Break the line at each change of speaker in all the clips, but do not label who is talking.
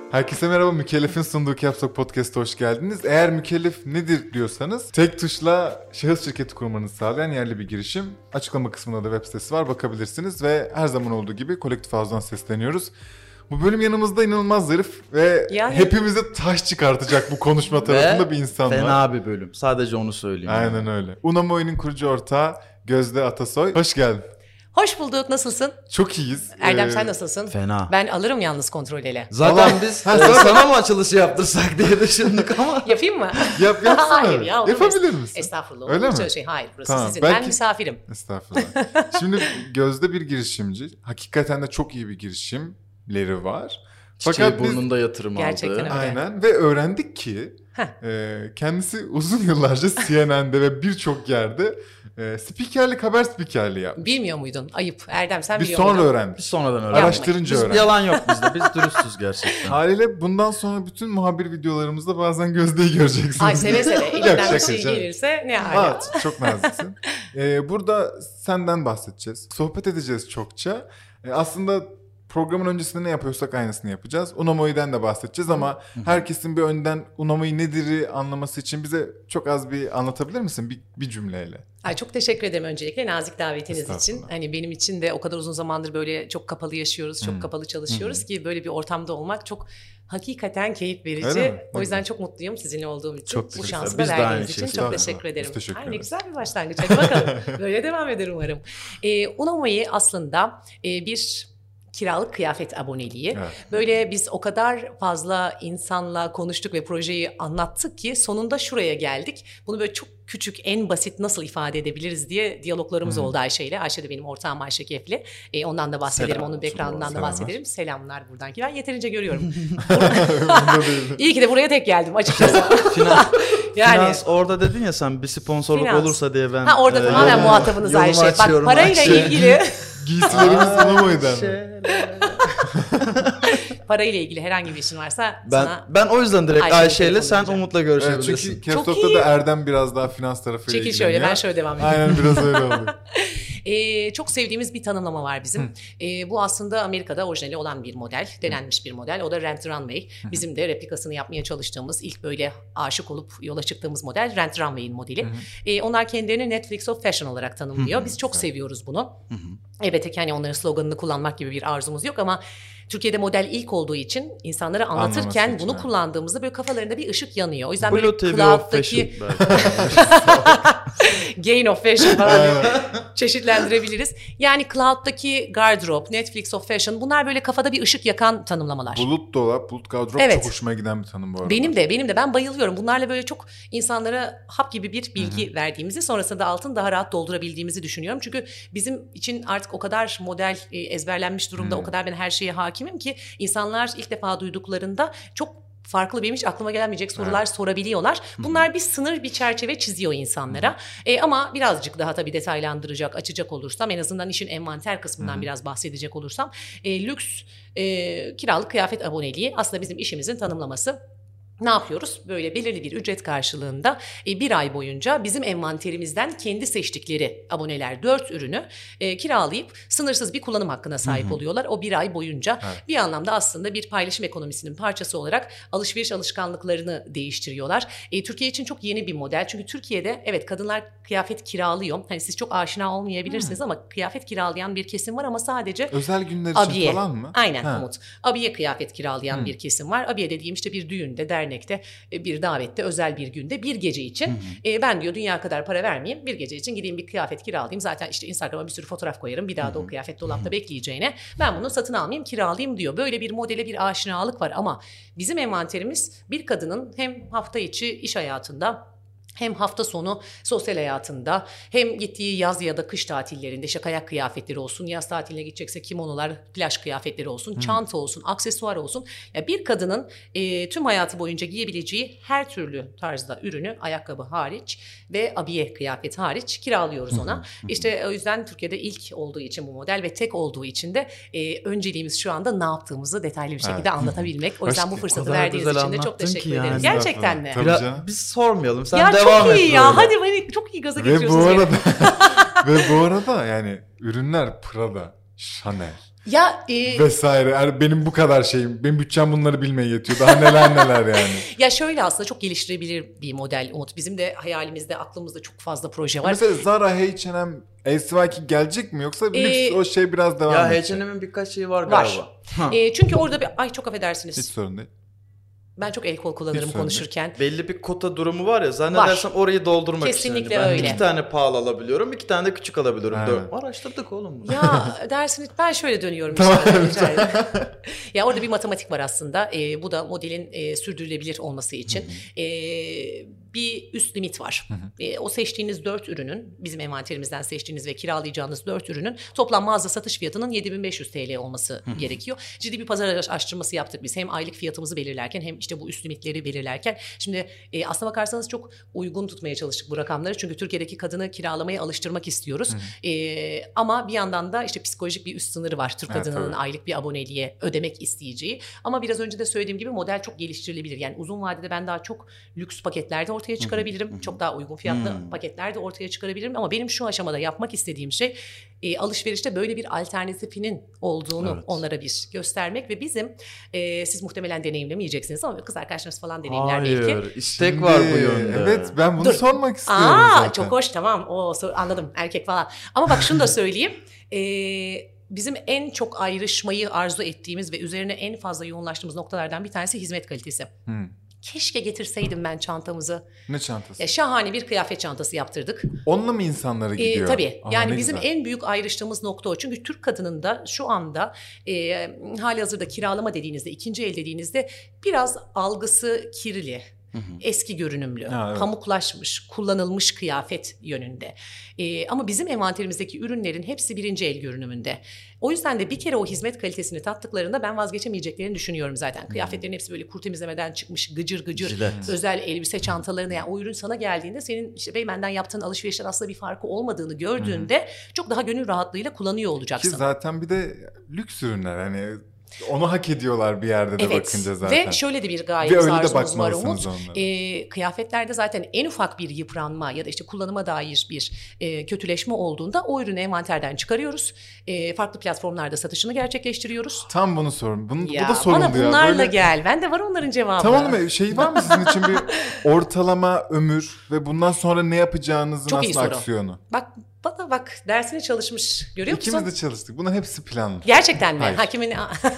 Herkese merhaba, Mükellef'in sunduğu Caps Lock Podcast'a hoş geldiniz. Eğer mükellef nedir diyorsanız tek tuşla şahıs şirketi kurmanızı sağlayan yerli bir girişim. Açıklama kısmında da web sitesi var, bakabilirsiniz ve her zaman olduğu gibi Kolektif Havuz'dan sesleniyoruz. Bu bölüm yanımızda inanılmaz zarif ve hepimize taş çıkartacak bu konuşma tarafında bir insan var.
Fena bir bölüm, sadece onu söyleyeyim.
Aynen öyle. Unamoy'un kurucu ortağı Gözde Atasoy. Hoş geldin.
Hoş bulduk. Nasılsın?
Çok iyiyiz.
Erdem sen nasılsın?
Fena.
Ben alırım yalnız kontrol ele.
Zaten biz sana mı açılışı yaptırsak diye düşündük ama.
Yapayım mı?
Yapsana.
Hayır ya.
Yapabilir misin?
Estağfurullah.
Öyle mi?
Hayır burası
tamam,
sizin.
belki...
Ben misafirim.
Estağfurullah. Şimdi Gözde bir girişimci. Hakikaten de çok iyi bir girişimleri var.
Çiçeği fakat burnunda yatırım
gerçekten
aldı.
Öyle.
Aynen ve öğrendik ki kendisi uzun yıllarca CNN'de ve birçok yerde spikerlik, haber spikerliği yapmış.
Bilmiyor muydun? Ayıp. Erdem sen
biz
biliyor muydun?
Biz sonra öğrendik.
Biz sonradan öğrendik.
Araştırınca öğrendik.
Yalan yok bizde. Biz dürüstüz gerçekten.
Haliyle bundan sonra bütün muhabir videolarımızda bazen Gözde'yi göreceksiniz.
Ay seve seve. Elinden bir şey gelirse ne hala.
Çok naziksin. Burada senden bahsedeceğiz. Sohbet edeceğiz çokça. Aslında programın öncesinde ne yapıyorsak aynısını yapacağız. Unamoy'den de bahsedeceğiz ama herkesin bir önden Unamoy nedir'i anlaması için bize çok az bir anlatabilir misin bir cümleyle?
Ay çok teşekkür ederim öncelikle nazik davetiniz için. Hani benim için de o kadar uzun zamandır böyle çok kapalı yaşıyoruz, çok kapalı çalışıyoruz ki böyle bir ortamda olmak çok hakikaten keyif verici. O yüzden çok mutluyum sizinle olduğum için.
Çok
bu şansı
da
verdiğiniz için çok teşekkür ederim.
Ne
güzel bir başlangıç. Hadi bakalım. Böyle devam eder umarım. Unamoy aslında bir kiralık kıyafet aboneliği. Evet. Böyle biz o kadar fazla insanla konuştuk ve projeyi anlattık ki sonunda şuraya geldik. Bunu böyle çok küçük, en basit nasıl ifade edebiliriz diye diyaloglarımız oldu Ayşe'yle. Ayşe de benim ortağım Ayşe Kefli. Ondan da bahsederim, onun background'ından da bahsederim. Selamlar buradan ki ben yeterince görüyorum. İyi ki de buraya tek geldim açıkçası.
Finans orada dedin ya sen bir sponsorluk olursa diye ben.
Orada tamamen muhatabınız Ayşe. Bak parayla ilgili.
Giysilerimiz Unamoy'dan.
Parayla ilgili herhangi bir işin varsa
ben o yüzden direkt Ayşe'yle sen Umut'la görüşebilirsin.
Evet, çünkü Capstop'ta da Erdem biraz daha finans tarafıyla
ilgileniyor. Çekil şöyle, ben şöyle devam edeyim.
Aynen biraz öyle oldu.
Çok sevdiğimiz bir tanımlama var bizim. Bu aslında Amerika'da orijinali olan bir model, denenmiş bir model. O da Rent Runway. Bizim de replikasını yapmaya çalıştığımız, ilk böyle aşık olup yola çıktığımız model Rent Runway'in modeli. Onlar kendilerini Netflix of Fashion olarak tanımlıyor. Biz çok seviyoruz bunu. Elbette ki hani onların sloganını kullanmak gibi bir arzumuz yok ama Türkiye'de model ilk olduğu için insanlara anlatırken bunu kullandığımızda böyle kafalarında bir ışık yanıyor. O yüzden
Blue
böyle Cloud'daki Gain of Fashion falan çeşitlendirebiliriz. Yani Cloud'daki Gardrop, Netflix of Fashion bunlar böyle kafada bir ışık yakan tanımlamalar.
Bulut dolap, bulut gardrop çok hoşuma giden bir tanım bu arada.
Benim de ben bayılıyorum. Bunlarla böyle çok insanlara hap gibi bir bilgi verdiğimizi, sonrasında da altını daha rahat doldurabildiğimizi düşünüyorum. Çünkü bizim için artık o kadar model ezberlenmiş durumda, o kadar ben her şeye hakimim ki insanlar ilk defa duyduklarında çok farklı, benim hiç aklıma gelmeyecek sorular sorabiliyorlar. Bunlar bir sınır, bir çerçeve çiziyor insanlara. Ama birazcık daha tabii detaylandıracak, açacak olursam, en azından işin envanter kısmından biraz bahsedecek olursam, lüks kiralık kıyafet aboneliği aslında bizim işimizin tanımlaması. Ne yapıyoruz? Böyle belirli bir ücret karşılığında bir ay boyunca bizim envanterimizden kendi seçtikleri aboneler 4 ürünü kiralayıp sınırsız bir kullanım hakkına sahip oluyorlar. O bir ay boyunca bir anlamda aslında bir paylaşım ekonomisinin parçası olarak alışveriş alışkanlıklarını değiştiriyorlar. Türkiye için çok yeni bir model. Çünkü Türkiye'de evet kadınlar kıyafet kiralıyor. Hani siz çok aşina olmayabilirsiniz ama kıyafet kiralayan bir kesim var ama sadece
özel günler için abiye falan mı?
Aynen Umut. Abiye kıyafet kiralayan bir kesim var. Abiye dediğim işte bir düğünde, dernekte, bir davette, özel bir günde, bir gece için ben diyor dünya kadar para vermeyeyim, bir gece için gideyim bir kıyafet kiralayayım, zaten işte Instagram'a bir sürü fotoğraf koyarım, bir daha da o kıyafet dolapta bekleyeceğine ben bunu satın almayayım, kiralayayım diyor. Böyle bir modele bir aşinalık var ama bizim envanterimiz bir kadının hem hafta içi iş hayatında, hem hafta sonu sosyal hayatında, hem gittiği yaz ya da kış tatillerinde işte kayak kıyafetleri olsun, yaz tatiline gidecekse kimonolar, plaj kıyafetleri olsun, çanta olsun, aksesuar olsun. Ya bir kadının tüm hayatı boyunca giyebileceği her türlü tarzda ürünü, ayakkabı hariç ve abiye kıyafet hariç kiralıyoruz ona. İşte o yüzden Türkiye'de ilk olduğu için bu model ve tek olduğu için de önceliğimiz şu anda ne yaptığımızı detaylı bir şekilde anlatabilmek. O yüzden bu fırsatı verdiğiniz için de çok teşekkür ederim. Gerçekten mi?
Biz sormayalım. Sen
ya
devam
çok iyi ya.
böyle.
Hadi beni çok iyi gaza getiriyorsunuz.
Ve bu arada yani ürünler Prada, Chanel,
Ya
vesaire. Yani benim bu kadar şeyim. Benim bütçem bunları bilmeye yetiyor. Daha neler yani.
Ya şöyle aslında çok geliştirebilir bir model Umut. Bizim de hayalimizde, aklımızda çok fazla proje var.
Mesela Zara, H&M, LCY2 gelecek mi yoksa lüks o şey biraz devam
ya
edecek?
Ya H&M'in birkaç şeyi var galiba.
Çünkü orada ay çok affedersiniz.
Hiç sorun değil.
Ben çok el kol kullanırım konuşurken.
Belli bir kota durumu var ya, zannedersem orayı doldurmak
Kesinlikle
için. Ben
öyle.
2 tane pahalı alabiliyorum, 2 tane de küçük alabiliyorum.
Evet.
Araştırdık oğlum.
Ya dersini ben şöyle dönüyorum. Ya orada bir matematik var aslında. Bu da modelin sürdürülebilir olması için. Bir üst limit var. O seçtiğiniz 4 ürünün, bizim envanterimizden seçtiğiniz ve kiralayacağınız 4 ürünün toplam mağaza satış fiyatının 7.500 TL olması gerekiyor. Ciddi bir pazar araştırması yaptık biz. Hem aylık fiyatımızı belirlerken hem işte bu üst limitleri belirlerken. Şimdi aslına bakarsanız çok uygun tutmaya çalıştık bu rakamları. Çünkü Türkiye'deki kadını kiralamaya alıştırmak istiyoruz. Ama bir yandan da işte psikolojik bir üst sınırı var. Türk kadınının aylık bir aboneliğe ödemek isteyeceği. Ama biraz önce de söylediğim gibi model çok geliştirilebilir. Yani uzun vadede ben daha çok lüks paketlerde ortaya çıkarabilirim. Çok daha uygun fiyatlı paketlerde ortaya çıkarabilirim. Ama benim şu aşamada yapmak istediğim şey alışverişte böyle bir alternatifinin olduğunu onlara bir göstermek ve bizim siz muhtemelen deneyimlemeyeceksiniz ama kız arkadaşlarınız falan deneyimler belki.
Hayır, istek var bu yönde.
Evet, ben bunu sormak istiyorum zaten.
Çok hoş, tamam. Anladım, erkek falan. Ama bak şunu da söyleyeyim. Bizim en çok ayrışmayı arzu ettiğimiz ve üzerine en fazla yoğunlaştığımız noktalardan bir tanesi hizmet kalitesi. Keşke getirseydim ben çantamızı.
Ne çantası?
Şahane bir kıyafet çantası yaptırdık.
Onunla mı insanlara gidiyor?
Tabii. Yani bizim
güzel.
en büyük ayrıştığımız nokta o. Çünkü Türk kadınında şu anda halihazırda kiralama dediğinizde, ikinci el dediğinizde biraz algısı kirli. Eski görünümlü, pamuklaşmış, kullanılmış kıyafet yönünde. Ama bizim envanterimizdeki ürünlerin hepsi birinci el görünümünde. O yüzden de bir kere o hizmet kalitesini tattıklarında ben vazgeçemeyeceklerini düşünüyorum zaten. Kıyafetlerin hepsi böyle kuru temizlemeden çıkmış gıcır gıcır jilet, özel elbise çantalarını, yani o ürün sana geldiğinde senin işte Beymen'den yaptığın alışverişten aslında bir farkı olmadığını gördüğünde çok daha gönül rahatlığıyla kullanıyor olacaksın.
Ki zaten bir de lüks ürünler, hani onu hak ediyorlar bir yerde de bakınca zaten.
Ve şöyle de bir gayemiz, arzumuz var Umut.
Onlara.
Kıyafetlerde zaten en ufak bir yıpranma ya da işte kullanıma dair bir kötüleşme olduğunda o ürünü envanterden çıkarıyoruz. Farklı platformlarda satışını gerçekleştiriyoruz.
Tam bunu sorun. Bu da soruldu ya.
Bana bunlarla gel. Ben de var onların cevabı.
Tamam mı? Şey var mı sizin için bir ortalama ömür ve bundan sonra ne yapacağınızın
çok
aslında aksiyonu?
Bak dersine çalışmış, görüyor musun?
İkimiz de çalıştık. Bunun hepsi planlı.
Gerçekten mi?
Hayır.
Hakimin...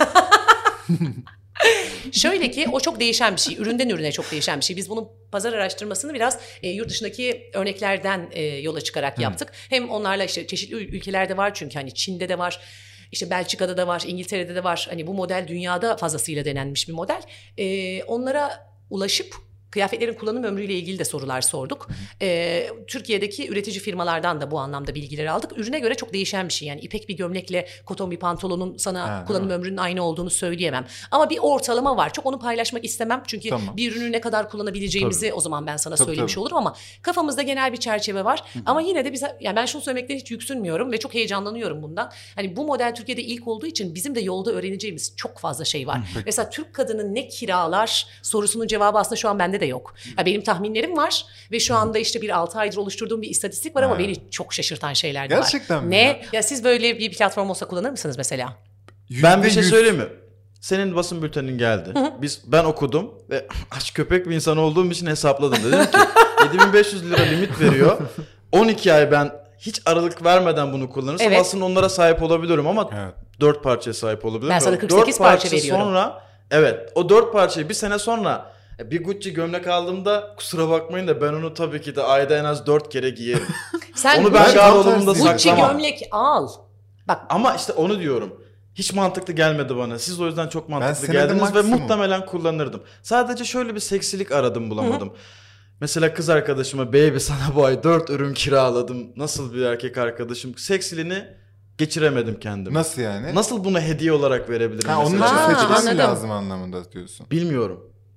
Şöyle ki o çok değişen bir şey. Üründen ürüne çok değişen bir şey. Biz bunun pazar araştırmasını biraz yurt dışındaki örneklerden yola çıkarak yaptık. Hem onlarla işte çeşitli ülkelerde var, çünkü hani Çin'de de var. İşte Belçika'da da var, İngiltere'de de var. Hani bu model dünyada fazlasıyla denenmiş bir model. Onlara ulaşıp kıyafetlerin kullanım ömrüyle ilgili de sorular sorduk. Türkiye'deki üretici firmalardan da bu anlamda bilgileri aldık. Ürüne göre çok değişen bir şey. Yani ipek bir gömlekle koton bir pantolonun sana kullanım ömrünün aynı olduğunu söyleyemem. Ama bir ortalama var. Çok onu paylaşmak istemem. Çünkü bir ürünü ne kadar kullanabileceğimizi o zaman ben sana söylemiş olurum, ama kafamızda genel bir çerçeve var. Ama yine de yani ben şunu söylemekten hiç yüksünmüyorum ve çok heyecanlanıyorum bundan. Hani bu model Türkiye'de ilk olduğu için bizim de yolda öğreneceğimiz çok fazla şey var. Mesela Türk kadını ne kiralar sorusunun cevabı aslında şu an bende de yok. Ya benim tahminlerim var ve şu anda işte bir 6 aydır oluşturduğum bir istatistik var ama beni çok şaşırtan şeyler de var.
Gerçekten mi?
Ne? Ya siz böyle bir platform olsa kullanır mısınız mesela?
Ben bir şey söyleyeyim mi? Senin basın bültenin geldi. Ben okudum ve aç köpek bir insan olduğum için hesapladım. Dedim ki 7.500 lira limit veriyor. 12 ay ben hiç aralık vermeden bunu kullanırsam aslında onlara sahip olabiliyorum ama 4 parçaya sahip olabilirim.
Ben sana 48 parça veriyorum.
Sonra o 4 parçayı bir sene sonra bir Gucci gömlek aldığımda kusura bakmayın da ben onu tabii ki de ayda en az 4 kere giyerim. Onu ben gardırobumda saklamam.
Gucci gömlek al. Bak.
Ama işte onu diyorum. Hiç mantıklı gelmedi bana. Siz o yüzden çok mantıklı geldiniz ve muhtemelen kullanırdım. Sadece şöyle bir seksilik aradım, bulamadım. Mesela kız arkadaşıma baby sana bu ay 4 ürün kiraladım. Nasıl bir erkek arkadaşım? Seksiliğini geçiremedim kendime.
Nasıl yani?
Nasıl bunu hediye olarak verebilirim?
Onun için seçmen mi lazım anlamında diyorsun?
Bilmiyorum.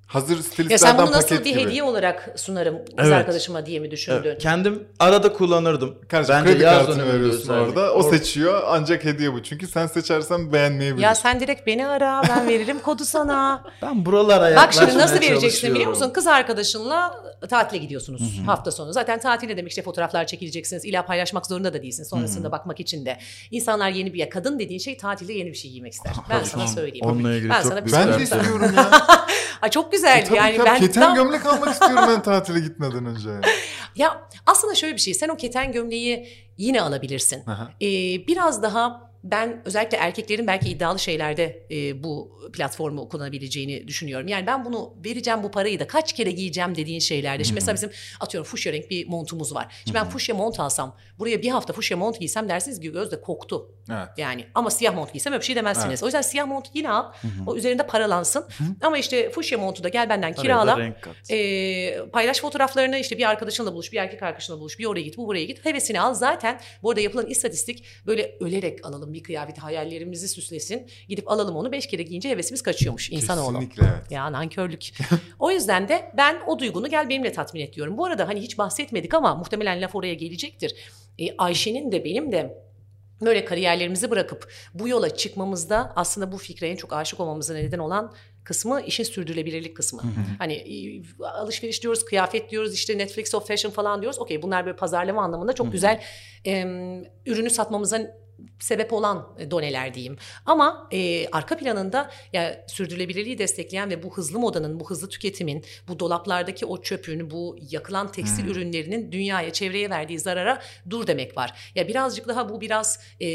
hazır
Ya
stilistlerden
sen bunu
paket
nasıl bir
gibi.
hediye olarak sunarım kız
Evet.
arkadaşıma diye mi düşündün?
Evet, kendim arada kullanırdım.
Kardeşim
Bence
kredi
yaz
kartını
dönemi
veriyorsun
özellikle.
orada. O seçiyor ancak hediye bu. Çünkü sen seçersen beğenmeyebilir.
Ya sen direkt beni ara, ben veririm kodu sana.
Ben buralara
Bak
yaklaşmaya
şimdi nasıl vereceksin
çalışıyorum.
biliyor musun? Kız arkadaşınla tatile gidiyorsunuz hafta sonu. Zaten tatil ne demek, işte fotoğraflar çekileceksiniz. İlla paylaşmak zorunda da değilsin. Sonrasında bakmak için de. İnsanlar yeni bir, kadın dediğin şey tatilde yeni bir şey giymek ister. Ben sana söyleyeyim.
Onunla ilgili
Ben
çok
sana bir
güzel
Ben de
söyleyeyim sana.
istiyorum ya.
Ay çok güzel.
Tabii
yani
ki
ben
keten
tam-
gömlek almak istiyorum ben tatile gitmeden önce.
Ya aslında şöyle bir şey. Sen o keten gömleği yine alabilirsin.
Aha.
Biraz daha ben özellikle erkeklerin belki iddialı şeylerde bu platformu kullanabileceğini düşünüyorum. Yani ben bunu vereceğim, bu parayı da kaç kere giyeceğim dediğin şeylerde. Şimdi mesela bizim atıyorum fuşya renk bir montumuz var. Şimdi ben fuşya mont alsam, buraya bir hafta fuşya mont giysem dersiniz ki Gözde koktu.
Evet.
Yani ama siyah mont giysem öyle bir şey demezsiniz.
Evet.
O yüzden siyah mont yine al. O üzerinde paralansın. Ama işte fuşya montu da gel benden
Araya da
kirala.
renk kat.
Paylaş fotoğraflarını, işte bir arkadaşınla buluş, bir erkek arkadaşınla buluş, bir oraya git, bu buraya git. Hevesini al. Zaten bu arada yapılan istatistik böyle ölerek alalım bir kıyafeti, hayallerimizi süslesin. Gidip alalım onu, 5 kere giyince hevesimiz kaçıyormuş insanoğlu.
Kesinlikle evet.
Ya nankörlük. O yüzden de ben o duygunu gel benimle tatmin et diyorum. Bu arada hani hiç bahsetmedik ama muhtemelen laf oraya gelecektir. Ayşe'nin de benim de böyle kariyerlerimizi bırakıp bu yola çıkmamızda aslında bu fikre en çok aşık olmamıza neden olan kısmı işin sürdürülebilirlik kısmı. Hani alışveriş diyoruz, kıyafet diyoruz, işte Netflix of Fashion falan diyoruz. Okey, bunlar böyle pazarlama anlamında çok güzel ürünü satmamıza sebep olan doneler diyeyim. Ama arka planında ya sürdürülebilirliği destekleyen ve bu hızlı modanın, bu hızlı tüketimin, bu dolaplardaki o çöpün, bu yakılan tekstil ürünlerinin dünyaya, çevreye verdiği zarara dur demek var. Ya birazcık daha bu biraz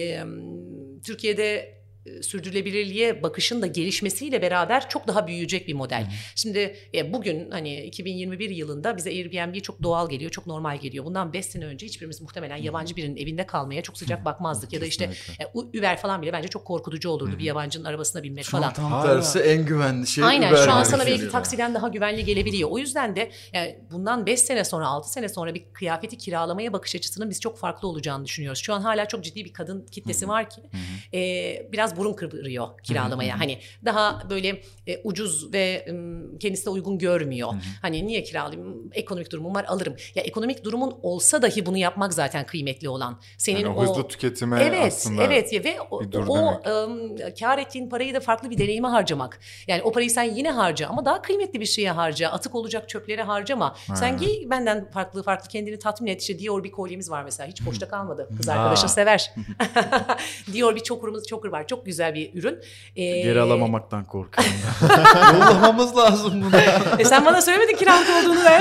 Türkiye'de sürdürülebilirliğe bakışın da gelişmesiyle beraber çok daha büyüyecek bir model. Şimdi bugün hani 2021 yılında bize Airbnb çok doğal geliyor, çok normal geliyor. Bundan 5 sene önce hiçbirimiz muhtemelen yabancı birinin evinde kalmaya çok sıcak bakmazdık. Ya da işte Uber falan bile bence çok korkutucu olurdu, bir yabancının arabasına binmek
Şu an
falan.
tam tersi en güvenli şey
Aynen,
Uber
şu an
yani.
sana belki taksiden daha güvenli gelebiliyor. O yüzden de yani bundan 5 sene sonra, 6 sene sonra bir kıyafeti kiralamaya bakış açısının biz çok farklı olacağını düşünüyoruz. Şu an hala çok ciddi bir kadın kitlesi var ki biraz burun kıvırıyor kiralamaya. Hani daha böyle ucuz ve kendisine uygun görmüyor. Hani niye kiralayayım? Ekonomik durumum var, alırım. Ya ekonomik durumun olsa dahi bunu yapmak zaten kıymetli olan. Senin
Yani o hızlı tüketime aslında
evet ve
bir dur
o kar ettiğin parayı da farklı bir deneyime harcamak. Yani o parayı sen yine harca ama daha kıymetli bir şeye harca. Atık olacak çöplere harcama. Sen giy, benden farklı kendini tatmin et. İşte Dior bir kolyemiz var mesela. Hiç boşta kalmadı. Kız arkadaşın sever. Dior bir choker var. Çok güzel bir ürün.
Geri alamamaktan korkuyorum. Yollamamız lazım bunu.
Sen bana söylemedin kiralık olduğunu da.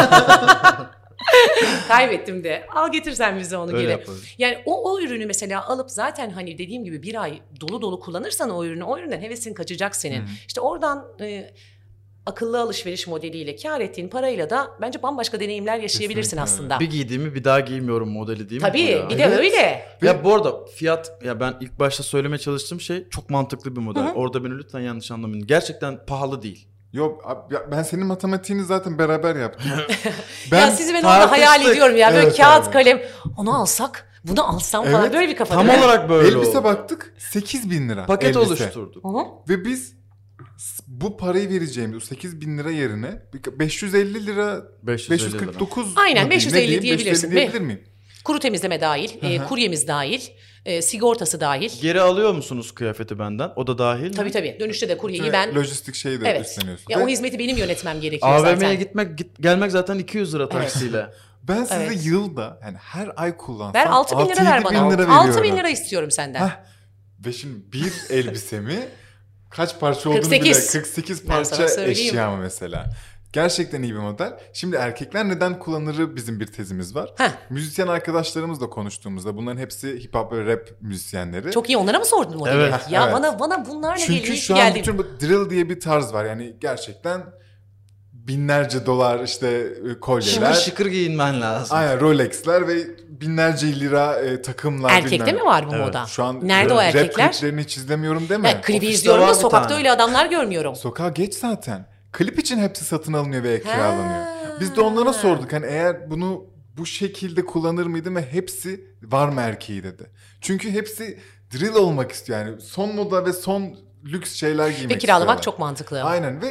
Kaybettim de. Al getir sen bize onu
Öyle
geri.
yapalım.
Yani o ürünü mesela alıp zaten hani dediğim gibi bir ay dolu dolu kullanırsan o üründen hevesin kaçacak senin. İşte oradan akıllı alışveriş modeliyle kar ettiğin parayla da bence bambaşka deneyimler yaşayabilirsin
Kesinlikle,
aslında.
Bir giydiğimi bir daha giymiyorum modeli değil mi? bu
Tabii
ya?
bir de öyle.
Ya bu arada fiyat, ya ben ilk başta söylemeye çalıştığım şey çok mantıklı bir model. Orada beni lütfen yanlış anlamayın. Gerçekten pahalı değil.
Yok abi, ben senin matematiğini zaten beraber yaptım.
Ya sizi ben orada hayal
tartıştık.
ediyorum ya. Böyle
Evet,
kağıt
abi.
kalem. Onu alsak, bunu alsam falan.
Evet,
Böyle bir kafa
Tam
değil mi?
olarak böyle
Elbise
oldu.
baktık 8.000 lira.
Paket
elbise.
oluşturduk.
Hı hı.
Ve biz bu parayı vereceğimiz 8.000 lira yerine 550 lira 549
Aynen,
mu diyeyim,
550
ne diyeyim,
diyebilirsin.
550 diyebilir miyim?
Kuru temizleme dahil, kuryemiz dahil, sigortası dahil.
Geri alıyor musunuz kıyafeti benden? O da dahil mi?
Tabii. Dönüşte de kuryeyi ben...
Lojistik şeyi de
Evet.
üstleniyorsun.
Ya
Ve
o hizmeti benim yönetmem gerekiyor
AVM'ye
zaten.
gelmek zaten 200 lira taksiyle.
ben size
Evet.
yılda yani her ay kullansam
Ver 6 bin lira ver
6-7
bana.
bin lira
6 bin
veriyorum.
lira istiyorum senden.
Heh. Ve şimdi bir elbisemi kaç parça olduğunu
48.
bile 48
Ben sana
parça
söyleyeyim.
eşya mı mesela. Gerçekten iyi bir model. Şimdi erkekler neden kullanırı bizim bir tezimiz var.
Heh.
Müzisyen arkadaşlarımızla konuştuğumuzda bunların hepsi hip hop ve rap müzisyenleri.
Çok iyi, onlara mı sordun modeli?
Evet.
Ya
Evet.
bana bunlarla
Çünkü
geliyor.
şu an bütün bu drill diye bir tarz var. Yani gerçekten binlerce dolar işte kolyeler.
Şıkır şıkır giyinmen lazım.
Aynen, Rolex'ler ve binlerce lira takımlar.
Erkekte
bilmem.
mi var bu
Evet.
moda?
Şu an
Nerede o
rap
erkekler?
kliplerini hiç izlemiyorum deme.
Ya, klibi
Ofiste
izliyorum
var
da
bir
sokakta
tane.
öyle adamlar görmüyorum.
Sokağa geç zaten. Klip için hepsi satın alınıyor ve
Ha.
kiralanıyor. Biz de onlara sorduk hani eğer bunu bu şekilde kullanır mıydım ve hepsi var mı erkeği dedi. Çünkü hepsi drill olmak istiyor yani son moda ve son lüks şeyler giymek
Ve kiralamak
istiyorlar.
çok mantıklı.
Aynen ve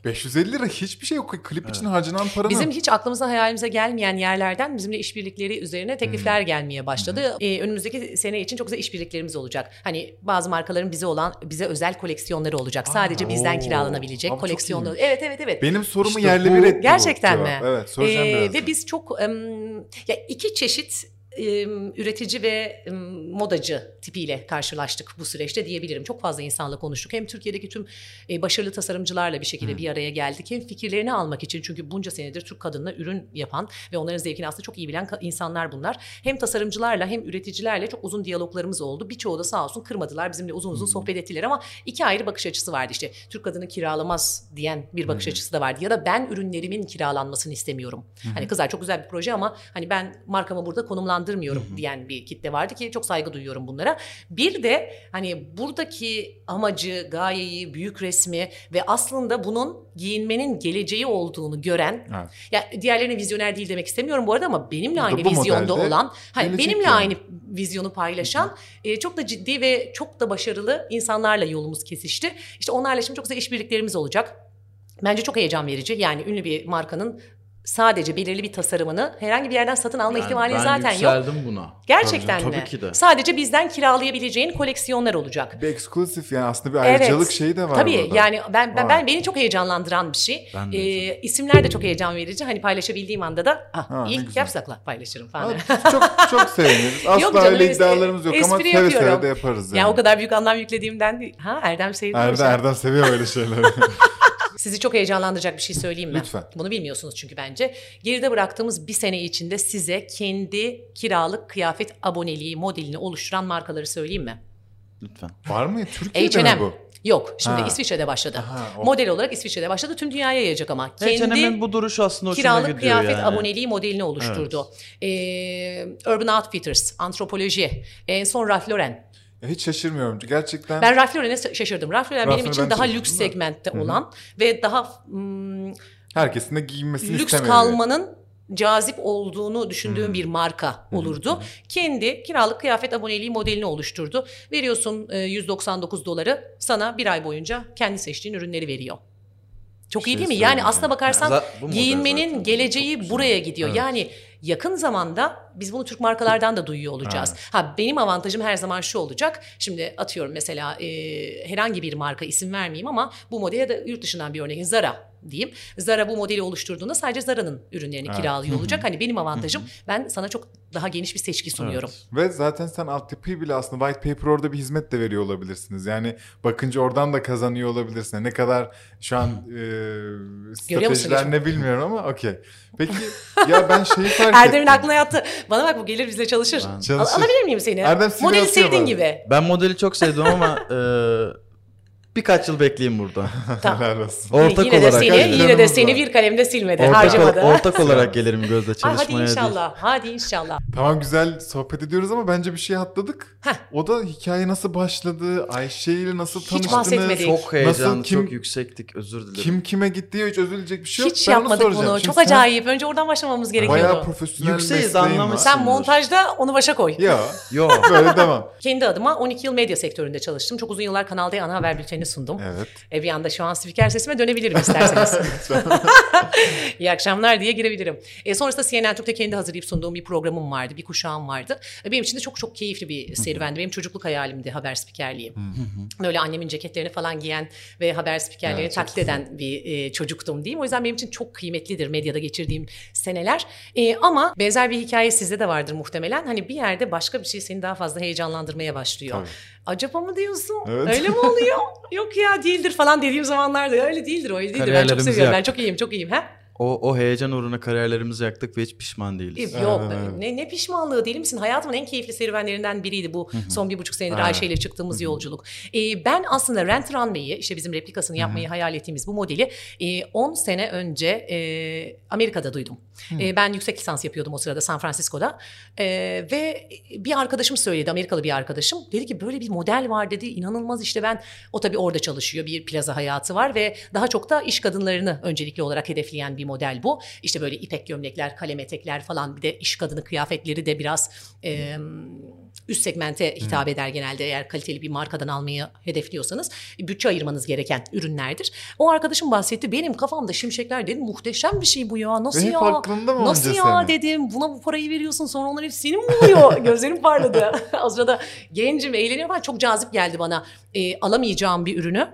550 lira hiçbir şey yok. Klip için harcanan paranın.
Bizim hiç aklımıza hayalimize gelmeyen yerlerden bizimle işbirlikleri üzerine teklifler gelmeye başladı. Önümüzdeki sene için çok güzel işbirliklerimiz olacak. Hani bazı markaların bize özel koleksiyonları olacak. Sadece bizden kiralanabilecek
Abi çok
koleksiyonları.
iyiymiş.
Evet.
Benim sorumu
İşte
yerle
bu-
bir etti.
Gerçekten
bu
mi?
cevap. Evet, soracağım birazdan.
Ve biz çok ya iki çeşit üretici ve modacı tipiyle karşılaştık bu süreçte diyebilirim. Çok fazla insanla konuştuk. Hem Türkiye'deki tüm başarılı tasarımcılarla bir şekilde bir araya geldik. Hem fikirlerini almak için, çünkü bunca senedir Türk kadınına ürün yapan ve onların zevkini aslında çok iyi bilen insanlar bunlar. Hem tasarımcılarla hem üreticilerle çok uzun diyaloglarımız oldu. Birçoğu da sağ olsun kırmadılar. Bizimle uzun uzun sohbet ettiler ama iki ayrı bakış açısı vardı. İşte Türk kadını kiralamaz diyen bir bakış açısı da vardı. Ya da ben ürünlerimin kiralanmasını istemiyorum. Hani kızlar çok güzel bir proje ama hani ben markamı burada konumlandırmıyorum diyen bir kitle vardı ki çok saygı duyuyorum bunlara. Bir de hani buradaki amacı, gayeyi, büyük resmi ve aslında bunun giyinmenin geleceği olduğunu gören, ya diğerlerine vizyoner değil demek istemiyorum bu arada ama benimle aynı
bu
vizyonda
modelde
olan, hani benimle
yani.
aynı vizyonu paylaşan çok da ciddi ve çok da başarılı insanlarla yolumuz kesişti. İşte onlarla şimdi çok güzel işbirliklerimiz olacak. Bence çok heyecan verici. Yani ünlü bir markanın sadece belirli bir tasarımını herhangi bir yerden satın alma ihtimali zaten
Ben
yok.
yükseldim buna.
Gerçekten mi?
Tabii ki de.
Sadece bizden kiralayabileceğin koleksiyonlar olacak.
Bir eksklusif, yani aslında bir ayrıcalık şeyi de var
Tabii
burada.
yani beni çok heyecanlandıran bir şey.
Ben de
İsimler de çok heyecan verici. Hani paylaşabildiğim anda da
ne
ilk
güzel.
Yapsak'la paylaşırım falan.
Çok seviniriz. Asla
Yok canım,
öyle iddialarımız yok ama
espri
seve seve
yapıyorum.
de yaparız yani.
Ya o kadar büyük anlam yüklediğimden değil. Erdem sevdi hocam.
Erdem seviyor öyle şeyleri.
Sizi çok heyecanlandıracak bir şey söyleyeyim mi?
Lütfen.
Bunu bilmiyorsunuz çünkü bence. Geride bıraktığımız bir sene içinde size kendi kiralık kıyafet aboneliği modelini oluşturan markaları söyleyeyim mi?
Lütfen.
Var mı? Türkiye'de mi
H&M.
bu?
Yok. Şimdi İsviçre'de başladı. Model olarak İsviçre'de başladı. Tüm dünyaya yayacak ama.
H&M'in bu duruşu aslında hoşuma
kiralık
gidiyor
kıyafet
yani.
aboneliği modelini oluşturdu. Urban Outfitters, Anthropoloji, en son Ralph Lauren.
Hiç şaşırmıyorum. Gerçekten.
Ben Ralph Lauren'e şaşırdım. Ralph Lauren benim
Ralph
için
Lauren
daha
çalıştım,
lüks
değil mi?
segmentte olan ve daha
herkesin de giyinmesini
lüks
istemiyor.
kalmanın cazip olduğunu düşündüğüm bir marka olurdu. Kendi kiralık kıyafet aboneliği modelini oluşturdu. Veriyorsun $199, sana bir ay boyunca kendi seçtiğin ürünleri veriyor. Çok iyi değil mi? Yani
söyleyeceğim.
aslına bakarsan
Ya, bu model
giyinmenin
zaten
geleceği
çok
buraya
güzel.
gidiyor.
Evet.
Yani yakın zamanda biz bunu Türk markalardan da duyuyor olacağız. Benim avantajım her zaman şu olacak. Şimdi atıyorum mesela herhangi bir marka, isim vermeyeyim ama bu modele de yurt dışından bir örnek, Zara diyeyim. Zara bu modeli oluşturduğunda sadece Zara'nın ürünlerini kiralıyor olacak. Hani benim avantajım, ben sana çok daha geniş bir seçki sunuyorum.
Ve zaten sen altyapıyı bile aslında white paper orada bir hizmet de veriyor olabilirsiniz. Yani bakınca oradan da kazanıyor olabilirsin. Ne kadar şu an stratejiler ne bilmiyorum ama okey. Peki ya ben şeyi fark ettim.
Erdem'in aklına yattı. Bana bak, bu gelir bizle çalışır.
Çalışır.
Alabilir miyim seni?
Erdem CV
Modeli
atıyor
sevdiğin
bana.
gibi.
Ben modeli çok sevdim ama birkaç yıl bekleyeyim burada.
Tamam.
Helal olsun.
Ortak
yine de
olarak.
yine de seni
var.
bir kalemde silmedi, harcamadı.
Ortak olarak gelirim gözde
Ay,
çalışmaya
hadi inşallah. Hadi inşallah.
Tamam, güzel sohbet ediyoruz ama bence bir şey atladık.
Heh.
O da hikaye nasıl başladı? Ayşe ile nasıl
Hiç
tanıştınız?
bahsetmedik.
Çok heyecanlı,
kim-
çok yüksektik. Özür dilerim.
Kim kime gitti, hiç üzülecek bir şey yok.
Hiç
Ben onu
yapmadık
soracağım.
bunu.
Şimdi
Çok
sen
acayip. Önce oradan başlamamız gerekiyordu.
Bayağı profesyonel
Yükseğiz,
mesleğin var.
anlamışsın.
Sen montajda onu başa koy.
Ya
Yok.
böyle devam.
Kendi adıma 12 yıl medya sektöründe çalıştım. Çok uzun yıllar Kanal D ana haber bülteni sundum.
Evet.
Bir anda şu an spiker sesime dönebilirim isterseniz. İyi akşamlar diye girebilirim. Sonrasında CNN Türk'te kendi hazırlayıp sunduğum bir programım vardı. Bir kuşağım vardı. Benim için de çok çok keyifli bir serüvendi. Benim çocukluk hayalimdi haber spikerliği. Böyle annemin ceketlerini falan giyen ve haber spikerlerini
Evet,
taklit eden bir çocuktum diyeyim. O yüzden benim için çok kıymetlidir medyada geçirdiğim seneler. Ama benzer bir hikaye sizde de vardır muhtemelen. Hani bir yerde başka bir şey seni daha fazla heyecanlandırmaya başlıyor.
Tabii.
Acaba mı diyorsun?
Evet.
Öyle mi oluyor? Yok ya, değildir falan dediğim zamanlarda öyle değildir, öyle değildir. Ben çok
Kariyerlerimizi
seviyorum. Ben
yaktık.
çok iyiyim. Ha?
O heyecan uğruna kariyerlerimizi yaktık ve hiç pişman değiliz.
Yok,
Evet.
ne pişmanlığı, değil misin? Hayatımın en keyifli serüvenlerinden biriydi bu son 1,5 senedir Ayşe ile çıktığımız yolculuk. Ben aslında Rent Runway'i, işte bizim replikasını yapmayı hayal ettiğimiz bu modeli 10 sene önce Amerika'da duydum. Ben yüksek lisans yapıyordum o sırada San Francisco'da. Ve bir arkadaşım söyledi, Amerikalı bir arkadaşım. Dedi ki böyle bir model var dedi, inanılmaz işte o tabii orada çalışıyor, bir plaza hayatı var ve daha çok da iş kadınlarını öncelikli olarak hedefleyen bir model bu. İşte böyle ipek gömlekler, kalem etekler falan, bir de iş kadını kıyafetleri de biraz üst segmente hitap eder genelde, eğer kaliteli bir markadan almayı hedefliyorsanız bütçe ayırmanız gereken ürünlerdir. O arkadaşım bahsetti, benim kafamda şimşekler, dedim muhteşem bir şey bu ya, nasıl
Hep
ya?
aklında mı
Nasıl
onca
ya
sene?
dedim, buna bu parayı veriyorsun sonra onların hepsi senin mi oluyor? Gözlerim parladı. O sırada gencim, eğleniyorum falan, çok cazip geldi bana. Alamayacağım bir ürünü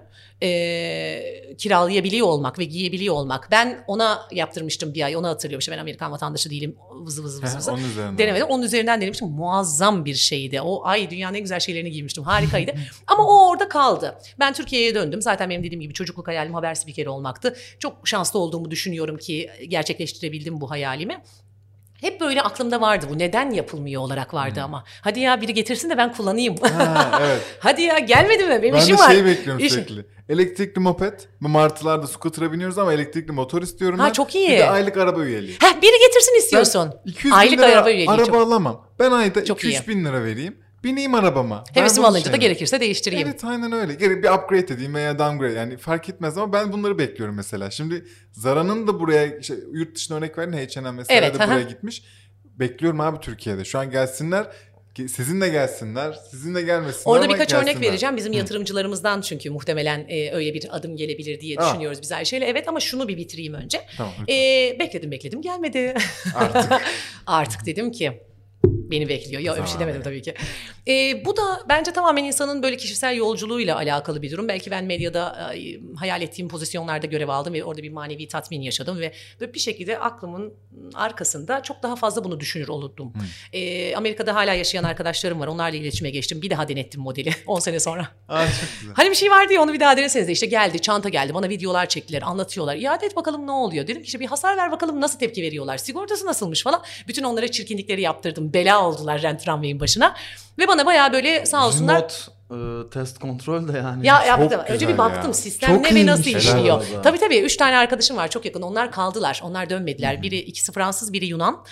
kiralayabiliyor olmak ve giyebiliyor olmak. Ben ona yaptırmıştım bir ay, onu hatırlıyorum. İşte ben Amerikan vatandaşı değilim, vızı vızı vızı vızı.
Onun üzerinden.
Denemedim. Onun üzerinden denemiştim. Muazzam bir şeydi. O ay dünyanın en güzel şeylerini giymiştim. Harikaydı. Ama o orada kaldı. Ben Türkiye'ye döndüm. Zaten benim dediğim gibi çocukluk hayalim haber spikeri olmaktı. Çok şanslı olduğumu düşünüyorum ki gerçekleştirebildim bu hayalimi. Hep böyle aklımda vardı bu. Neden yapılmıyor olarak vardı ama. Hadi ya biri getirsin de ben kullanayım.
Evet.
Hadi ya, gelmedi mi? Benim
Ben
işim
de
var.
şeyi bekliyorum
İşim.
sürekli. Elektrikli moped. Bu martılarda scooter'a biniyoruz ama elektrikli motor istiyorum
Ha,
ben.
çok iyi.
Bir de aylık araba üyeliği.
Biri getirsin istiyorsun.
Ben 200
Aylık
bin lira
araba üyeliği
araba
çok.
alamam. Ben ayda
Çok
2-3 bin lira vereyim. Bineyim arabama.
Hevesimi
Ben bunu
alınca da
şeyim.
gerekirse değiştireyim.
Evet, aynen öyle. Bir upgrade edeyim veya downgrade, yani fark etmez ama ben bunları bekliyorum mesela. Şimdi Zara'nın da buraya yurt dışına örnek verdin, H&M mesela
Evet,
da
aha.
buraya gitmiş. Bekliyorum abi Türkiye'de. Şu an gelsinler. Sizinle gelsinler. Sizinle gelmesinler
Orada
ama
birkaç örnek
gelsinler.
vereceğim. Bizim yatırımcılarımızdan çünkü muhtemelen öyle bir adım gelebilir diye düşünüyoruz biz Ayşe'yle. Evet, ama şunu bir bitireyim önce.
Tamam.
Bekledim gelmedi.
Artık.
Artık dedim ki beni bekliyor. Ya öyle bir şey
Tamam.
demedim tabii ki. Bu da bence tamamen insanın böyle kişisel yolculuğuyla alakalı bir durum. Belki ben medyada hayal ettiğim pozisyonlarda görev aldım ve orada bir manevi tatmin yaşadım ve böyle bir şekilde aklımın arkasında çok daha fazla bunu düşünür olurdum. Amerika'da hala yaşayan arkadaşlarım var. Onlarla iletişime geçtim. Bir daha denettim modeli 10 sene sonra.
Aa, çok güzel.
Hani bir şey vardı ya, onu bir daha deneseniz de, işte geldi, çanta geldi, bana videolar çektiler, anlatıyorlar. İade et bakalım ne oluyor. Dedim ki işte bir hasar ver bakalım nasıl tepki veriyorlar. Sigortası nasılmış falan. Bütün onlara çirkinlikleri yaptırdım. Bela oldular Rent Runway'in başına. Ve bana bayağı böyle sağ olsunlar.
Remote test kontrol de yani.
Ya yaptım.
güzel
Önce bir baktım
ya.
sistem
Çok
ne ve nasıl
iyiymiş.
işliyor.
Helal olsun.
Tabii 3 tane arkadaşım var çok yakın. Onlar kaldılar. Onlar dönmediler. İkisi Fransız, biri Yunan.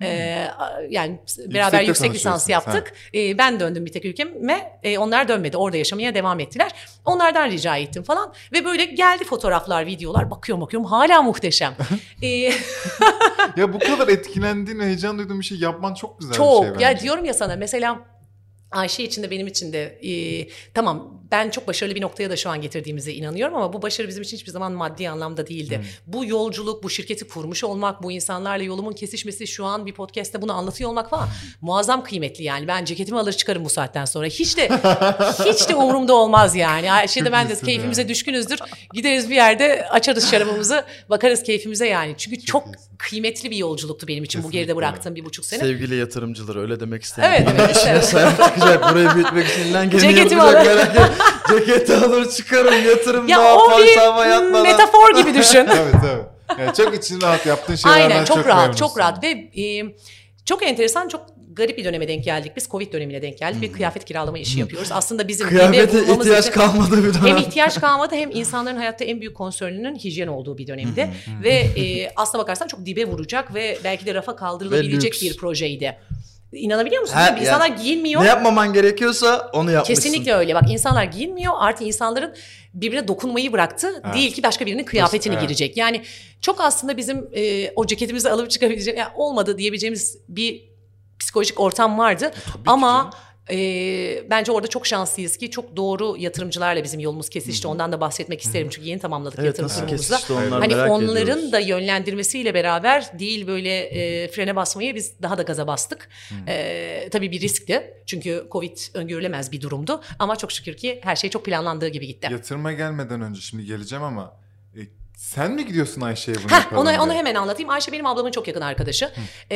Yani beraber yüksek lisans yaptık. Ben döndüm bir tek ülkeme. Onlar dönmedi. Orada yaşamaya devam ettiler. Onlardan rica ettim falan. Ve böyle geldi fotoğraflar, videolar. Bakıyorum hala muhteşem.
Ya bu kadar etkilendiğin ve heyecan duyduğun bir şey yapman çok güzel bir
Çok.
şey bence.
Ya diyorum ya sana, mesela Ayşe için de benim için de tamam, ben çok başarılı bir noktaya da şu an getirdiğimize inanıyorum ama bu başarı bizim için hiçbir zaman maddi anlamda değildi. Bu yolculuk, bu şirketi kurmuş olmak, bu insanlarla yolumun kesişmesi, şu an bir podcast'te bunu anlatıyor olmak falan muazzam kıymetli yani. Ben ceketimi alır çıkarım bu saatten sonra. Hiç de umurumda olmaz yani. Ayşe'de ben de
iyisin
keyfimize
ya.
düşkünüzdür. Gideriz bir yerde, açarız şarabımızı, bakarız keyfimize yani. Çünkü çok
iyisin.
kıymetli bir yolculuktu benim için bu
Kesinlikle.
geride bıraktığım 1,5 sene.
Sevgili yatırımcılar, öyle demek istedim.
Evet, evet,
İşine
evet.
sahip çıkacak, burayı büyütmek için elinden geleni
Ceketimi
yapacak.
alır.
Merak etme. Ceketi alır çıkarım, yatırım
Ya
daha
o
fazla
bir
hava yatmadan.
metafor gibi düşün.
Tabii. Yani çok için rahat yaptığın şeylerden
Aynen, çok rahat,
memnunsun.
çok rahat ve çok enteresan, çok garip bir döneme denk geldik. Biz Covid dönemine denk geldik ve kıyafet kiralama işi yapıyoruz. Aslında bizim
Kıyafete
dibe vurmamız
ihtiyaç
için
kalmadı bir dönem.
hem ihtiyaç kalmadı hem insanların hayatta en büyük konsörünün hijyen olduğu bir dönemdi. Ve aslına bakarsan çok dibe vuracak ve belki de rafa kaldırılabilecek
lüks.
bir projeydi. İnanabiliyor musun?
Ha,
İnsanlar
yani
giyinmiyor.
Ne yapmaman gerekiyorsa onu yapmışsın.
Kesinlikle öyle. Bak, insanlar giyinmiyor. Artı insanların birbirine dokunmayı bıraktı.
Evet.
Değil ki başka birinin kıyafetini
Evet.
girecek. Yani çok aslında bizim o ceketimizi alıp çıkabileceğimiz, yani olmadı diyebileceğimiz bir psikolojik ortam vardı. Ama bence orada çok şanslıyız ki çok doğru yatırımcılarla bizim yolumuz kesişti. Ondan da bahsetmek isterim çünkü yeni tamamladık
Evet,
yatırım
nasıl
kurumumuzda.
kesişti onlar,
Hani
merak
onların
ediyoruz.
da yönlendirmesiyle beraber değil böyle frene basmayı, biz daha da gaza bastık. Tabii bir riskti. Çünkü Covid öngörülemez bir durumdu. Ama çok şükür ki her şey çok planlandığı gibi gitti.
Yatırıma gelmeden önce şimdi geleceğim ama sen mi gidiyorsun Ayşe'ye bunu yapalım
Onu
diye?
hemen anlatayım. Ayşe benim ablamın çok yakın arkadaşı.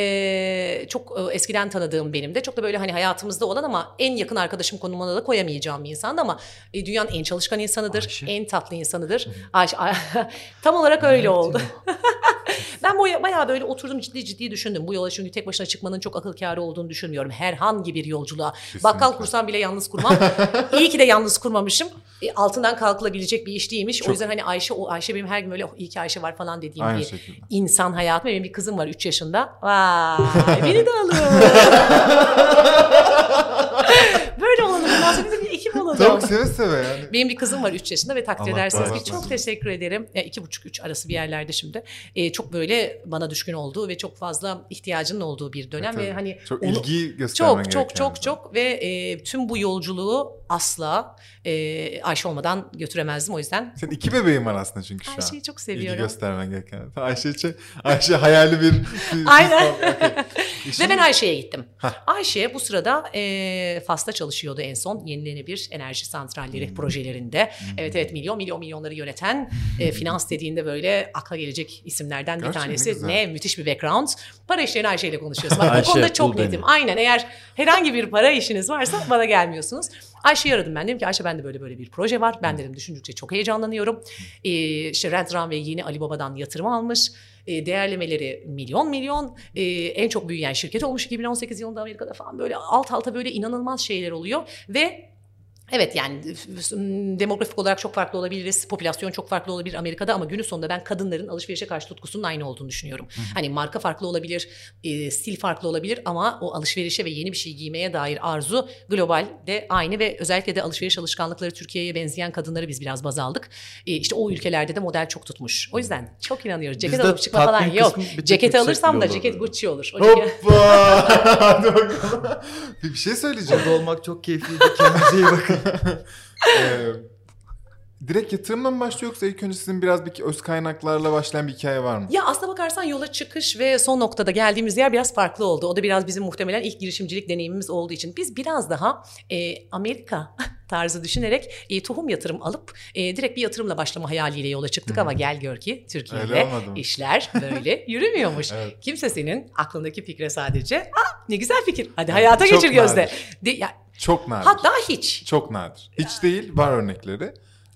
Çok eskiden tanıdığım benim de. Çok da böyle hani hayatımızda olan ama en yakın arkadaşım konumuna da koyamayacağım bir insandı ama dünyanın en çalışkan insanıdır.
Ayşe.
En tatlı insanıdır. Ayşe, tam olarak öyle oldu. Ben bayağı böyle oturdum, ciddi düşündüm. Bu yola çünkü tek başına çıkmanın çok akıl kârı olduğunu düşünmüyorum. Herhangi bir yolculuğa.
Kesinlikle.
Bakkal kursam bile yalnız kurmam. İyi ki de yalnız kurmamışım. Altından kalkılabilecek bir iş değilmiş. O yüzden hani Ayşe benim her gün böyle iyi ki Ayşe var falan dediğim
Aynı
bir
şekilde.
insan hayatım. Benim bir kızım var 3 yaşında. Vay, beni de alın. Böyle olalım. Bundan sonra bir ekip olalım.
Tabii seve seve yani.
Benim bir kızım var 3 yaşında ve takdir
Allah
edersiniz ki
bağışlasın.
çok teşekkür ederim. 2,5-3 arası bir yerlerde şimdi. Çok böyle bana düşkün olduğu ve çok fazla ihtiyacının olduğu bir dönem
Evet,
ve hani
çok
onu-
ilgi göstermen
çok ve tüm bu yolculuğu asla Ayşe olmadan götüremezdim o yüzden.
Senin 2 bebeğin var aslında çünkü şu an.
Ayşe'yi çok
İlgi
seviyorum.
göstermen gereken. Ayşe hayali bir...
Aynen.
Okay.
Ve ben Ayşe'ye gittim.
Hah.
Ayşe bu sırada Fas'ta çalışıyordu en son yenilenebilir enerji santralleri projelerinde. Evet milyonları yöneten finans dediğinde böyle akla gelecek isimlerden bir
Gerçekten
tanesi.
güzel.
Ne müthiş bir background. Para işlerini Ayşe ile konuşuyorsun. Bak,
Ayşe,
bu konuda çok
bul beni.
netim. Aynen, eğer herhangi bir para işiniz varsa bana gelmiyorsunuz. Ayşe'yi aradım ben. Dedim ki Ayşe, bende böyle bir proje var. Ben dedim düşündükçe çok heyecanlanıyorum. İşte Rent Runway yeni Ali Baba'dan yatırım almış. Değerlemeleri milyon. En çok büyüyen şirket olmuş 2018 yılında Amerika'da falan, böyle alt alta böyle inanılmaz şeyler oluyor ve evet yani demografik olarak çok farklı olabiliriz. Popülasyon çok farklı olabilir Amerika'da ama günün sonunda ben kadınların alışverişe karşı tutkusunun aynı olduğunu düşünüyorum. Hani marka farklı olabilir, stil farklı olabilir ama o alışverişe ve yeni bir şey giymeye dair arzu globalde aynı ve özellikle de alışveriş alışkanlıkları Türkiye'ye benzeyen kadınları biz biraz baz aldık. İşte o ülkelerde de model çok tutmuş. O yüzden çok inanıyoruz. Ceket
Bizde
alıp çıkma falan
tatmin
yok.
kısmı bir tık
Ceketi
yüksek
alırsam da
bile
ceket
olabilir.
Gucci olur. O ceket-
Hoppa! Hadi bakalım. Bir şey söyleyeceğim.
Burada olmak çok keyifliydi. Kendinize iyi bakın.
Direkt yatırımla mı başlıyor yoksa ilk önce sizin biraz bir öz kaynaklarla başlayan bir hikaye var mı?
Ya aslına bakarsan yola çıkış ve son noktada geldiğimiz yer biraz farklı oldu. O da biraz bizim muhtemelen ilk girişimcilik deneyimimiz olduğu için. Biz biraz daha Amerika tarzı düşünerek tohum yatırım alıp direkt bir yatırımla başlama hayaliyle yola çıktık. Ama gel gör ki
Öyle
Türkiye'de
olmadı mı?
işler böyle yürümüyormuş.
Evet.
Kimse senin aklındaki fikre sadece ne güzel fikir, hadi hayata
Çok
geçir gözde.
nadir.
Ya,
Çok nadir.
hatta hiç.
Çok nadir. Hiç değil, var örnekleri.